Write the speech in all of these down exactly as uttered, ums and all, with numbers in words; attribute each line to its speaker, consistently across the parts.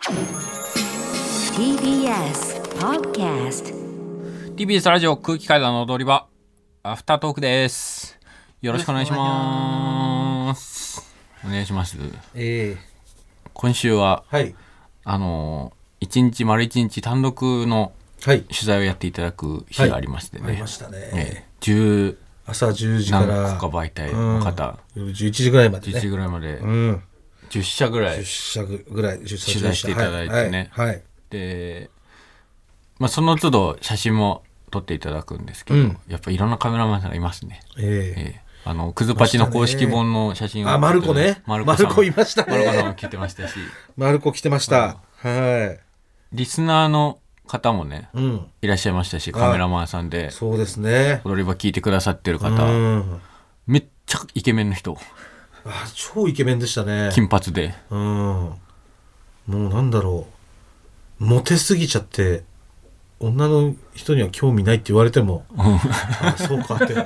Speaker 1: ティービーエス Podcast
Speaker 2: ティービーエス ラジオ空気階段の踊り場アフタートークです。よろしくお願いします。お願いします。
Speaker 3: えー、
Speaker 2: 今週は、
Speaker 3: はい、
Speaker 2: あの一日丸一日単独の取材をやっていただく日がありましてね、
Speaker 3: はいはい、ありましたね、
Speaker 2: えー、じゅう
Speaker 3: 朝じゅうじから
Speaker 2: 何個か媒体の方、
Speaker 3: うん、じゅういちじぐらいまでね
Speaker 2: じゅういちじぐらいまで、
Speaker 3: うん、
Speaker 2: じゅっしゃぐらい
Speaker 3: じゅっしゃぐらい取
Speaker 2: 材していただいてね、
Speaker 3: はいはいはい、
Speaker 2: で、まあ、その都度写真も撮っていただくんですけど、うん、やっぱいろんなカメラマンさんがいますね。えーえー、あのクズパチの公式本の写真を、
Speaker 3: あ、マルコね、マルコさん、マルコいましたね。
Speaker 2: マルコさんも来てましたし
Speaker 3: マルコ来てました、はい、
Speaker 2: リスナーの方もね、うん、いらっしゃいましたし、カメラマンさんで、
Speaker 3: そうですね、
Speaker 2: 踊り場聞いてくださってる方、うん、めっちゃイケメンの人、
Speaker 3: あ、超イケメンでしたね。
Speaker 2: 金髪で、
Speaker 3: うん、もうなんだろう、モテすぎちゃって女の人には興味ないって言われても、うん、あ、そうかって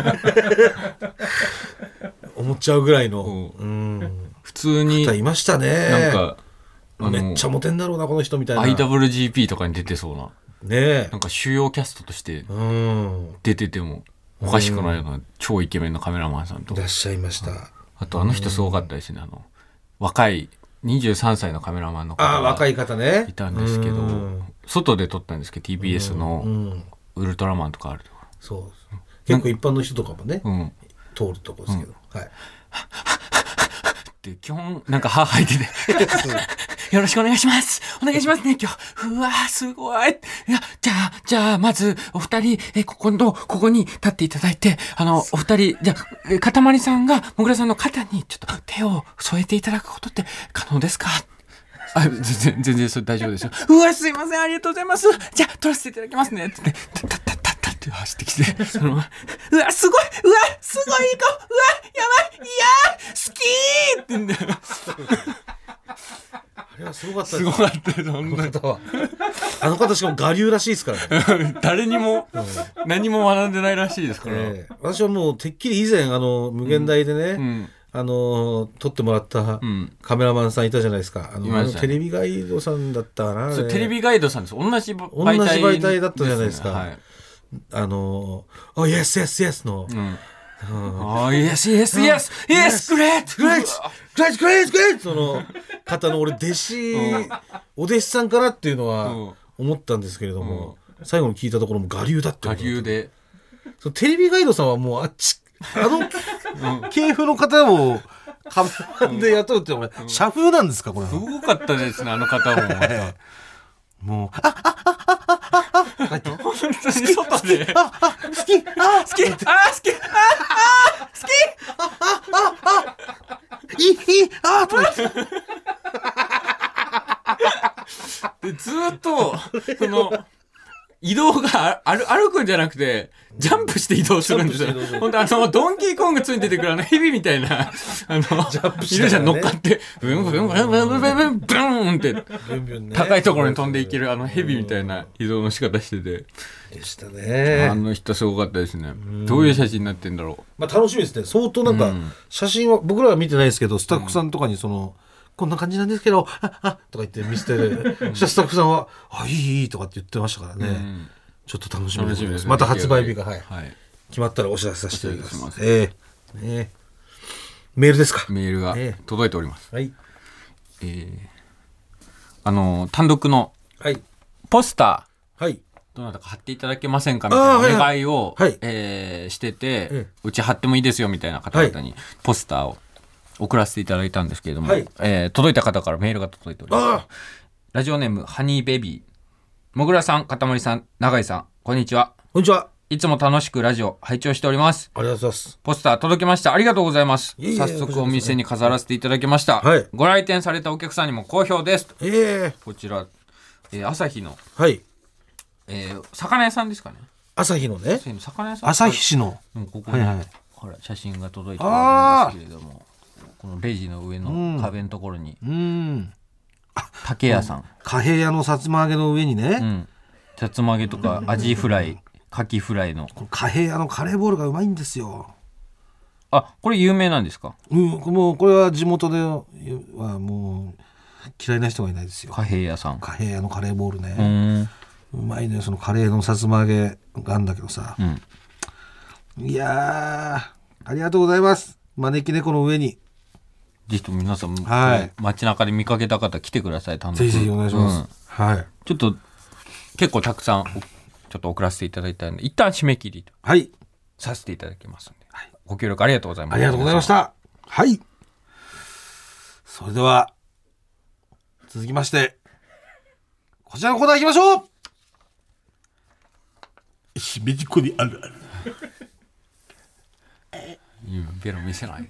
Speaker 3: 思っちゃうぐらいの、うん、
Speaker 2: 普通に
Speaker 3: 方いましたね。
Speaker 2: なんか
Speaker 3: めっちゃモテんだろうなこの人みたいな。
Speaker 2: アイダブリュージーピー とかに出てそうな、
Speaker 3: ね、
Speaker 2: なんか主要キャストとして出ててもおかしくないような超イケメンのカメラマンさんと
Speaker 3: いらっしゃいました。
Speaker 2: あとあの人すごかったですね、あの若いにじゅうさんさいのカメラマンの方
Speaker 3: が、あ、若い方ね、
Speaker 2: いたんですけど、外で撮ったんですけど ティービーエス のウルトラマンとかあるとか、
Speaker 3: そう結構一般の人とかもね、うん、通るとこですけど、うん、はい。
Speaker 2: って基本なんか歯吐いててよろしくお願いしますお願いしますね今日、うわーすごい、いや、じゃあじゃあまずお二人、えここのここに立っていただいて、あのお二人じゃあかたまりさんがもぐらさんの肩にちょっと手を添えていただくことって可能ですか。あ、全然全然それ大丈夫ですよ。うわ、すいません、ありがとうございます。じゃあ撮らせていただきますねって言ってタッタッタッタッタッって走ってきて、そのうわすごいうわすごいいい子、うわやばい、いやー好きーって言うんだよ。
Speaker 3: あれはすごかったです。
Speaker 2: すごかったです。そんな
Speaker 3: 方はあの方しかも我流らしいですからね
Speaker 2: 誰にも、うん、何も学んでないらしいですから、
Speaker 3: えー、私はもうてっきり以前あの無限大でね、うんうん、あの撮ってもらったカメラマンさんいたじゃないですか、あの、ね、テレビガイドさんだったかな、
Speaker 2: テレビガイドさんです。同じ媒体、
Speaker 3: 同じ媒体だったじゃないですか、
Speaker 2: はい、
Speaker 3: あの「おイエスイエスイエス」の、うん
Speaker 2: ああ、イエスイエスイエスイエスグレート
Speaker 3: グレートグレートグレートグレートその方の俺弟子、うん、お弟子さんかなっていうのは思ったんですけれども、うん、最後に聞いたところも我流だって
Speaker 2: 我流で、
Speaker 3: そのテレビガイドさんはもうあっちあの系譜の方をカメラマンで雇うってお前、うん、社風なんですかこれ。
Speaker 2: すごかったですね、あの方も
Speaker 3: もうああああああ
Speaker 2: 本当に外で
Speaker 3: ああ好きあ好きあ
Speaker 2: 好きああ好き
Speaker 3: あああいいいいあとか言って
Speaker 2: でずっとその移動がある歩くんじゃなくてジャンプして移動するんですよ。本当あのドンキーコングついててくるあのヘビみたいなあの
Speaker 3: ジャンプ
Speaker 2: して、ね、いるじゃん、乗っかってブンブンブンブンブンブンブンブーンって高いところに飛んでいけるあのヘビみたいな移動の仕方してて
Speaker 3: でしたね。
Speaker 2: あの人すごかったですね。どういう写真になってんだろう。
Speaker 3: まあ楽しみですね。相当なんか写真は僕らは見てないですけど、スタッフさんとかにその、うん、こんな感じなんですけどああとか言って見せて、うん、スタッフさんはあいいいいとかって言ってましたからね、うん、ちょっと楽しみです。ですね、また発売日が、はいはい、決まったらお知らせさせていただきます。えーね、メールですか。
Speaker 2: メールが届いております、
Speaker 3: はい、
Speaker 2: えー、あの単独のポスター、はい、どなたか貼っていただけませんかみたいなお願いを、はいはい、えー、してて、はい、うち貼ってもいいですよみたいな方々にポスターを送らせていただいたんですけれども、はい、えー、届いた方からメールが届いております。ラジオネームハニーベビー、もぐらさん、かたまりさん、永井さん、こんにちは。
Speaker 3: こんにちは。
Speaker 2: いつも楽しくラジオ拝聴しております。
Speaker 3: ありがとうございます。
Speaker 2: ポスター届きました。ありがとうございます。いい早速お店に飾らせていただきました、はい、ご来店されたお客さんにも好評です。
Speaker 3: えー、
Speaker 2: こちら、えー、朝日の、
Speaker 3: はい、
Speaker 2: えー、魚屋さんですかね。
Speaker 3: 朝日のね、
Speaker 2: 魚屋さん、
Speaker 3: 朝日市の、
Speaker 2: うん、ここに、はいはい、ほら写真が届いてるんですけれども、このレジの上の壁のところに、うん、竹屋さん、
Speaker 3: 貨幣屋のさつま揚げの上にね、
Speaker 2: うん、さつま揚げとかアジフライ、カキフライの
Speaker 3: 貨幣屋のカレーボールがうまいんですよ。
Speaker 2: あ、これ有名なんですか。
Speaker 3: うん、もうこれは地元ではもう嫌いな人がいないですよ。
Speaker 2: 貨幣屋さん。
Speaker 3: 貨幣屋のカレーボールね、
Speaker 2: うーん、
Speaker 3: うまいね。そのカレーのさつま揚げがあるんだけどさ、
Speaker 2: うん、
Speaker 3: いやーありがとうございます。招き猫の上に
Speaker 2: ぜひとも皆さん、
Speaker 3: はい、
Speaker 2: 街中で見かけた方来てください。単独
Speaker 3: ぜひぜひお願いします、
Speaker 2: うん、
Speaker 3: はい。
Speaker 2: ちょっと結構たくさんちょっと送らせていただいたので一旦締め切りと
Speaker 3: はい
Speaker 2: させていただきますので、はい、ご協力ありがとうございます。
Speaker 3: ありがとうございました。はい、それでは続きましてこちらのコーナー行きましょう。しめじこにあるある
Speaker 2: ベロ見せないで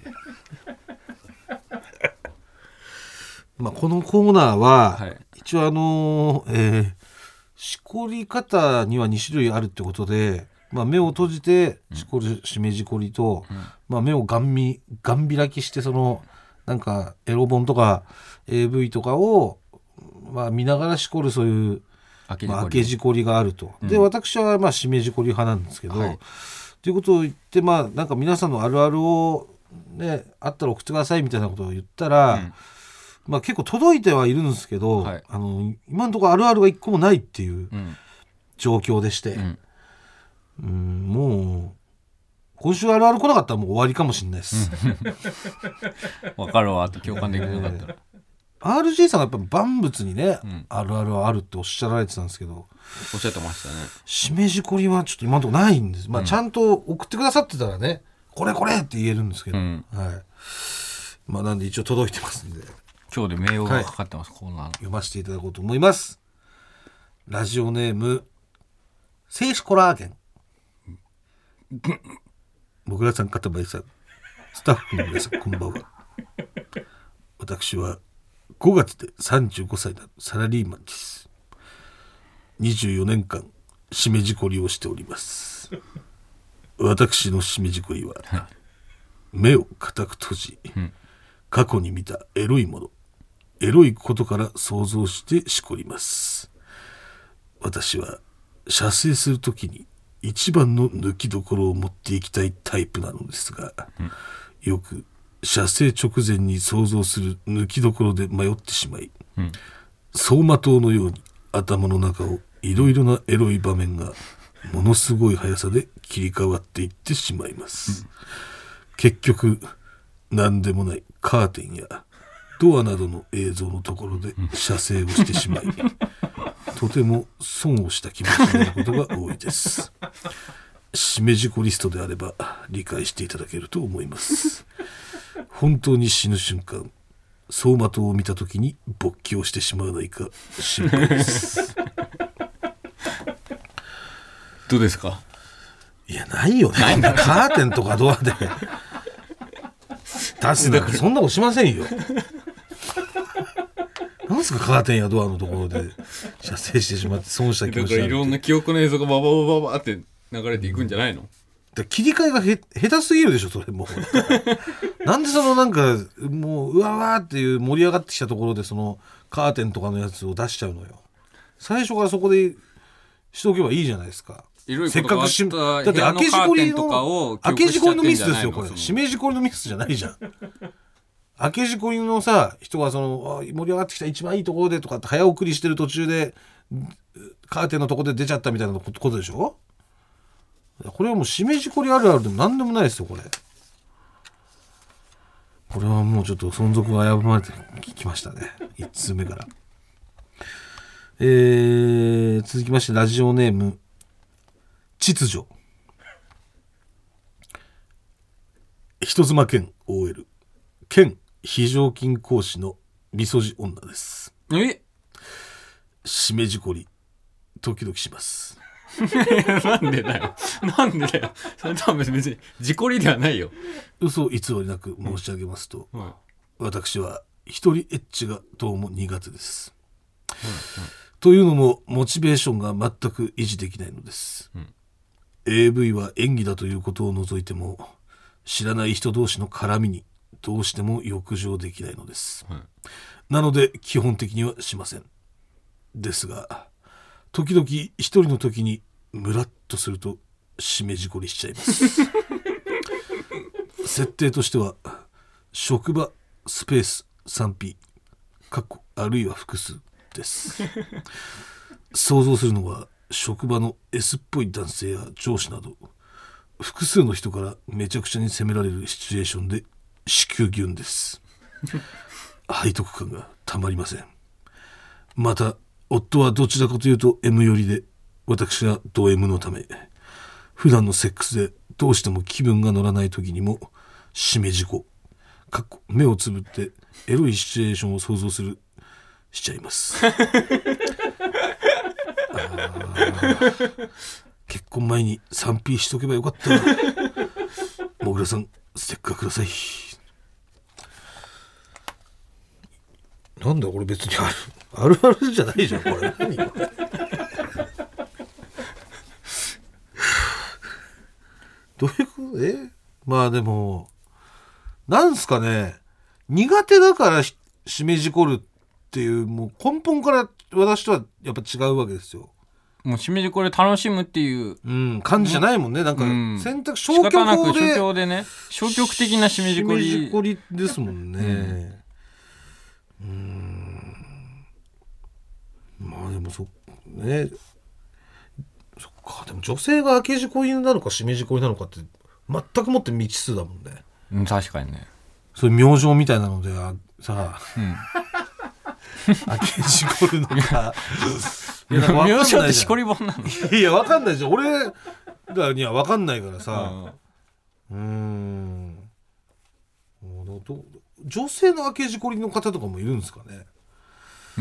Speaker 3: まあこのコーナーは、はい、一応あのー、えー、しこり方にはに種類あるってことで、まあ、目を閉じてしこるしめじこりと、うん、まあ、目をガン見ガン開きしてそのなんかエロ本とか エーブイ とかを、まあ、見ながらしこるそういう開け,、まあ、開けじこりがあると、うん、で私はまあしめじこり派なんですけど、はい、ということを言って、まあ、なんか皆さんのあるあるを、ね、あったら送ってくださいみたいなことを言ったら、うん、まあ、結構届いてはいるんですけど、はい、あの今のところあるあるが一個もないっていう状況でして、うんうん、もう今週あるある来なかったらもう終わりかもしれないです
Speaker 2: わかるわって共感できなかったら、えー、
Speaker 3: アールジェー さんがやっぱ万物にね、うん、あるあるはあるっておっしゃられてたんですけど、
Speaker 2: おっしゃってましたね。
Speaker 3: しめじこりはちょっと今のところないんです、まあ、ちゃんと送ってくださってたらね、これこれって言えるんですけど、うん、はい、まあ、なんで一応届いてますんで
Speaker 2: 今日で名誉がかかってます、はい、コーナー
Speaker 3: 読ませていただこうと思います。ラジオネーム静止コラーゲンもぐらさん、かたまりさん、スタッフの皆さん、こんばんは。私はごがつでさんじゅうごさいのサラリーマンです。にじゅうよねんかんしめじこりをしております。私のしめじこりは目を固く閉じ、過去に見たエロいもの、エロいことから想像してしこります。私は射精するときに一番の抜きどころを持っていきたいタイプなのですが、うん、よく射精直前に想像する抜きどころで迷ってしまい、うん、走馬灯のように頭の中をいろいろなエロい場面がものすごい速さで切り替わっていってしまいます、うん、結局何でもないカーテンやドアなどの映像のところで射精をしてしまい、うん、とても損をした気持ちになることが多いです。しめじこリストであれば理解していただけると思います。本当に死ぬ瞬間、走馬灯を見たときに勃起をしてしまわないか心配です。
Speaker 2: どうですか？
Speaker 3: いや、ないよね。カーテンとかドアで出すなんかそんなことしませんよ。なんですか、カーテンやドアのところで射精してしまって損した気持ちになるって。だから
Speaker 2: いろんな記憶の映像がバババババって流れていくんじゃないの？
Speaker 3: だ切り替えがへ下手すぎるでしょそれもう。なんでそのなんかもううわわっていう盛り上がってきたところでそのカーテンとかのやつを出しちゃうのよ。最初からそこでしておけばいいじゃないですか。せっかくしだって開けじこりの開けじこりのミスですよこれ。しめじこりのミスじゃないじゃん。開けじこりのさ人がその盛り上がってきた一番いいところでとかって早送りしてる途中でカーテンのところで出ちゃったみたいなことでしょ。これはもうしめじこりあるあるでも何でもないですよこれ。これはもうちょっと存続が危ぶまれてきましたね。いちつうめから、えー、続きましてラジオネーム秩序人妻兼 オーエル 兼非常勤講師のみそじ女です。
Speaker 2: え
Speaker 3: しめじこり時々します。
Speaker 2: なんでだよなんでだよ。それとは別に事故りではないよ。
Speaker 3: 嘘偽りなく申し上げますと、うん、私は一人エッチがどうも苦手です、うんうん、というのもモチベーションが全く維持できないのです、うん、エーブイ は演技だということを除いても知らない人同士の絡みにどうしても浴場できないのです、うん、なので基本的にはしません。ですが時々一人の時にムラッとするとしめじこりしちゃいます設定としては職場スペース スリーピーかっこあるいは複数です想像するのは職場の S っぽい男性や上司など複数の人からめちゃくちゃに責められるシチュエーションで子宮ギュンです背徳感がたまりません。また夫はどちらかというと M 寄りで、私がド M のため普段のセックスでどうしても気分が乗らない時にもしめじこかっこ目をつぶってエロいシチュエーションを想像するしちゃいます結婚前に スリーピー しとけばよかったもぐらさんステッカーください。なんだこれ別にあるあるあるじゃないじゃんこれ何どういうことえまあでもなんすかね苦手だからしめじこるっていうもう根本から私とはやっぱ違うわけですよ。
Speaker 2: もうしめじこれ楽しむっていう、
Speaker 3: うん、感じじゃないもんね。なんか選択、うん、
Speaker 2: 消去法で消去でね消極的なしめじこり
Speaker 3: しめじこりですもんね。うん、うーんまあでもそねそっかでも女性が明けじこりなのかしめじこりなのかって全くもって未知数だもんね。
Speaker 2: うん確かにね。
Speaker 3: そういう明星みたいなのではさ、うん、明けじこるのか
Speaker 2: いやなんか分かんないじゃん。ってしこり本なの。
Speaker 3: いや分かんないじゃん。俺らには分かんないからさ。うーん。女性の明けじこりの方とかもいるんですかね。
Speaker 2: うん。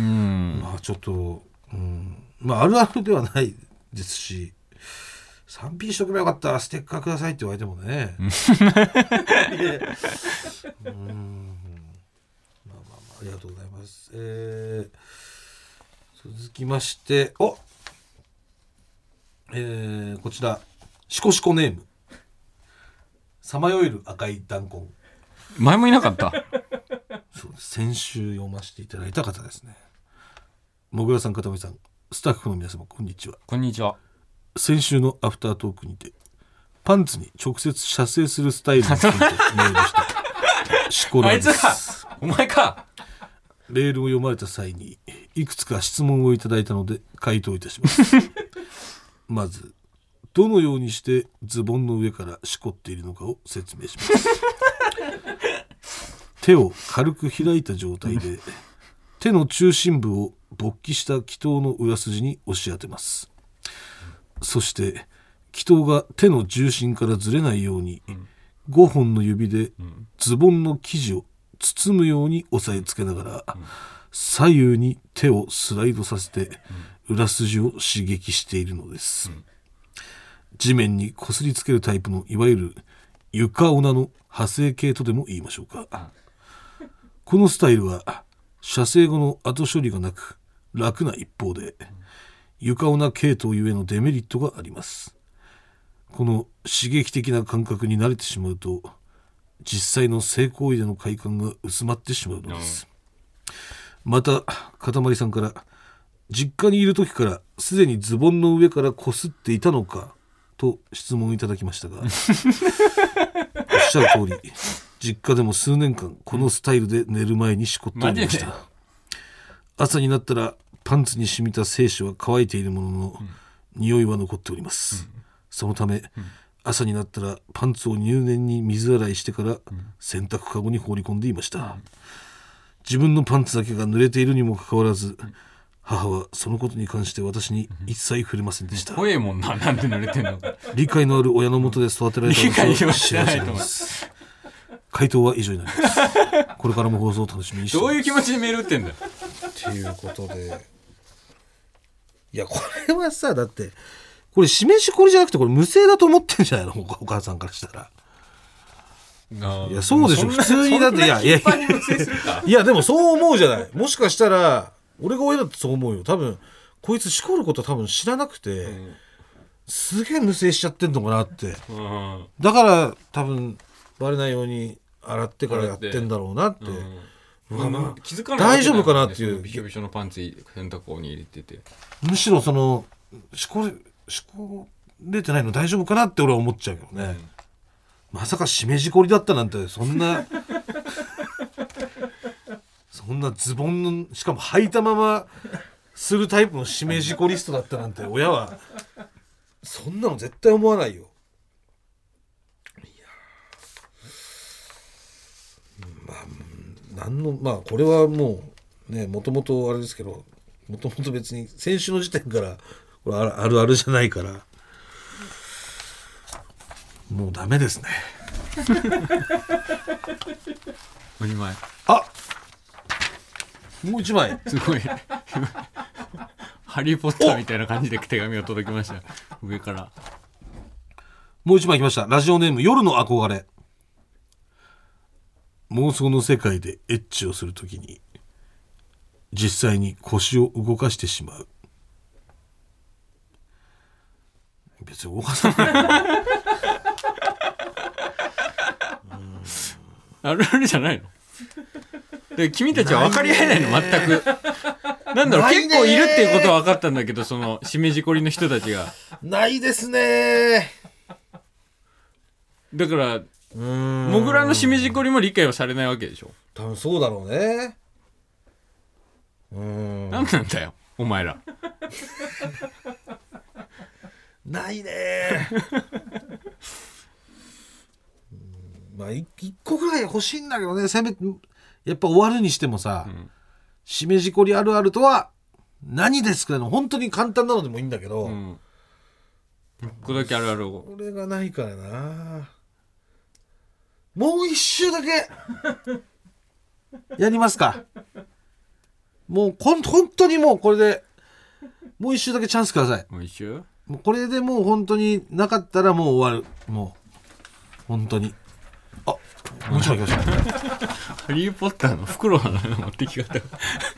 Speaker 3: まあちょっと、うん、まああるあるではないですし、スリーピー しとけばよかったらステッカーくださいって言われてもね。うん。まあまあまあありがとうございます。えー続きましてお、えー、こちらシコシコネームさまよえる赤い弾痕。
Speaker 2: 前もいなかった
Speaker 3: そうです。先週読ませていただいた方ですね。もぐらさん、かたまりさん、スタッフの皆様こんにちは。
Speaker 2: こんにちは。
Speaker 3: 先週のアフタートークにてパンツに直接射精するスタイルについてメールしたシコラです。
Speaker 2: あいつかお前か。
Speaker 3: メールを読まれた際にいくつか質問をいただいたので回答いたしますまずどのようにしてズボンの上からしこっているのかを説明します手を軽く開いた状態で手の中心部を勃起した気筒の裏筋に押し当てます。そして気筒が手の重心からずれないようにごほんの指でズボンの生地を包むように押さえつけながら、うん、左右に手をスライドさせて、うん、裏筋を刺激しているのです、うん、地面にこすりつけるタイプのいわゆる床オナの派生系とでも言いましょうか、うん、このスタイルは射精後の後処理がなく楽な一方で、うん、床オナ系統ゆえのデメリットがあります。この刺激的な感覚に慣れてしまうと実際の性行為での快感が薄まってしまうのです、うん、またかたまりさんから実家にいる時からすでにズボンの上からこすっていたのかと質問いただきましたがおっしゃる通り実家でも数年間このスタイルで寝る前にしこっておりました。朝になったらパンツに染みた精子は乾いているものの、うん、匂いは残っております、うん、そのため、うん朝になったらパンツを入念に水洗いしてから洗濯かごに放り込んでいました、うん、自分のパンツだけが濡れているにもかかわらず、うん、母はそのことに関して私に一切触れませんでした、
Speaker 2: うん、怖えもんな。なんで濡れてんのか
Speaker 3: 理解のある親のもとで育てられた
Speaker 2: ことを
Speaker 3: 知らせます。回答は以上になりますこれからも放送を楽しみにしています。
Speaker 2: どういう気持ちでメール打ってんだよ
Speaker 3: っていうことでいやこれはさだってこれしめじこりじゃなくてこれ無性だと思ってんじゃないのお母さんからしたら。いやそうでしょ普通にだっていやいやいやいやでもそう思うじゃない。もしかしたら俺が親だってそう思うよ。多分こいつしこること多分知らなくて、うん、すげえ無性しちゃってんのかなって、うん、だから多分バレないように洗ってからやってんだろうなって、
Speaker 2: うんまあまあ、気づかない
Speaker 3: 大丈夫かなっていう
Speaker 2: びしょびしょのパンツ洗濯槽に入れてて
Speaker 3: むしろそのしこりしこれてないの大丈夫かなって俺は思っちゃうけどね、うん、まさかしめじこりだったなんてそんなそそんなズボンのしかも履いたままするタイプのしめじこリストだったなんて親はそんなの絶対思わないよ。いやまあなんのまあこれはもうねもともとあれですけどもともと別に先週の時点からこれあるあるじゃないからもうダメですね。
Speaker 2: おにまい。
Speaker 3: あもう一枚
Speaker 2: すごいハリーポッターみたいな感じで手紙が届きました。上から
Speaker 3: もう一枚来ました。ラジオネーム夜の憧れ。妄想の世界でエッチをするときに実際に腰を動かしてしまう。別に動かさない
Speaker 2: あるあるじゃないので君たちは分かり合えないの全く。なんだろう結構いるっていうことは分かったんだけどそのしめじこりの人たちが
Speaker 3: ないですね。
Speaker 2: だから
Speaker 3: うーん
Speaker 2: モグラのしめじこりも理解はされないわけでしょ。
Speaker 3: 多分そうだろうね。うーん
Speaker 2: なんなんだよお前ら。
Speaker 3: ないねまあ一個ぐらい欲しいんだけどね。せめやっぱ終わるにしてもさ、うん、しめじこりあるあるとは何ですかの本当に簡単なのでもいいんだけど、うん、
Speaker 2: 一個だけあるあるを
Speaker 3: これがないからな。もう一周だけやりますか。もうこん本当にもうこれでもう一周だけチャンスください。
Speaker 2: もう一周
Speaker 3: もうこれでもう本当になかったらもう終わる。もう本当にあもう一枚来ました
Speaker 2: ハリーポッターの袋の持ってき方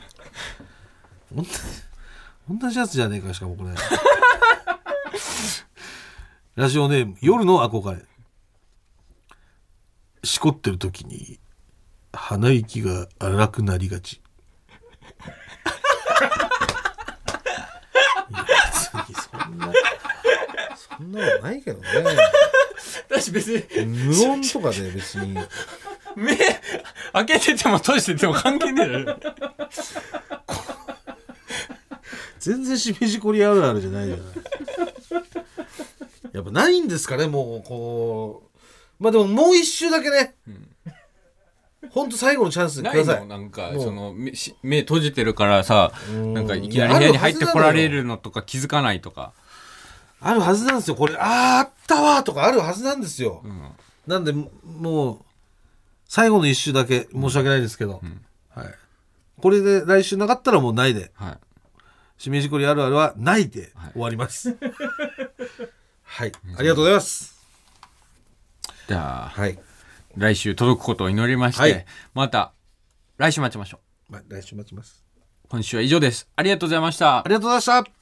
Speaker 3: 同じやつじゃねえか。しかもこれラジオネーム夜の憧れ。しこってる時に鼻息が荒くなりがち。いや別にそんなそんなのないけどね。
Speaker 2: 私別に
Speaker 3: 無音とかで別に
Speaker 2: 目開けてても閉じてても関係ねえだろ
Speaker 3: 全然しめじこりあるあるじゃないじゃない。やっぱないんですかね。もうこうまあでももう一周だけね、うん、ほんと最後のチャンスください。
Speaker 2: ないのなんかその 目, 目閉じてるからさなんかいきなり部屋に入ってこられるのとか気づかないとか
Speaker 3: あるはずなんですよ。これあーあったわとかあるはずなんですよ、うん、なんでもう最後の一周だけ申し訳ないですけど、うんはい、これで来週なかったらもうないで、はい、しめじこりあるあるはないで終わります。はい、はい、ありがとうございます。
Speaker 2: じゃあ、はい、来週届くことを祈りまして、はい、また来週待ちましょう。
Speaker 3: ま、来週待ちます。
Speaker 2: 今週は以上です。ありがとうございました。
Speaker 3: ありがとうございました。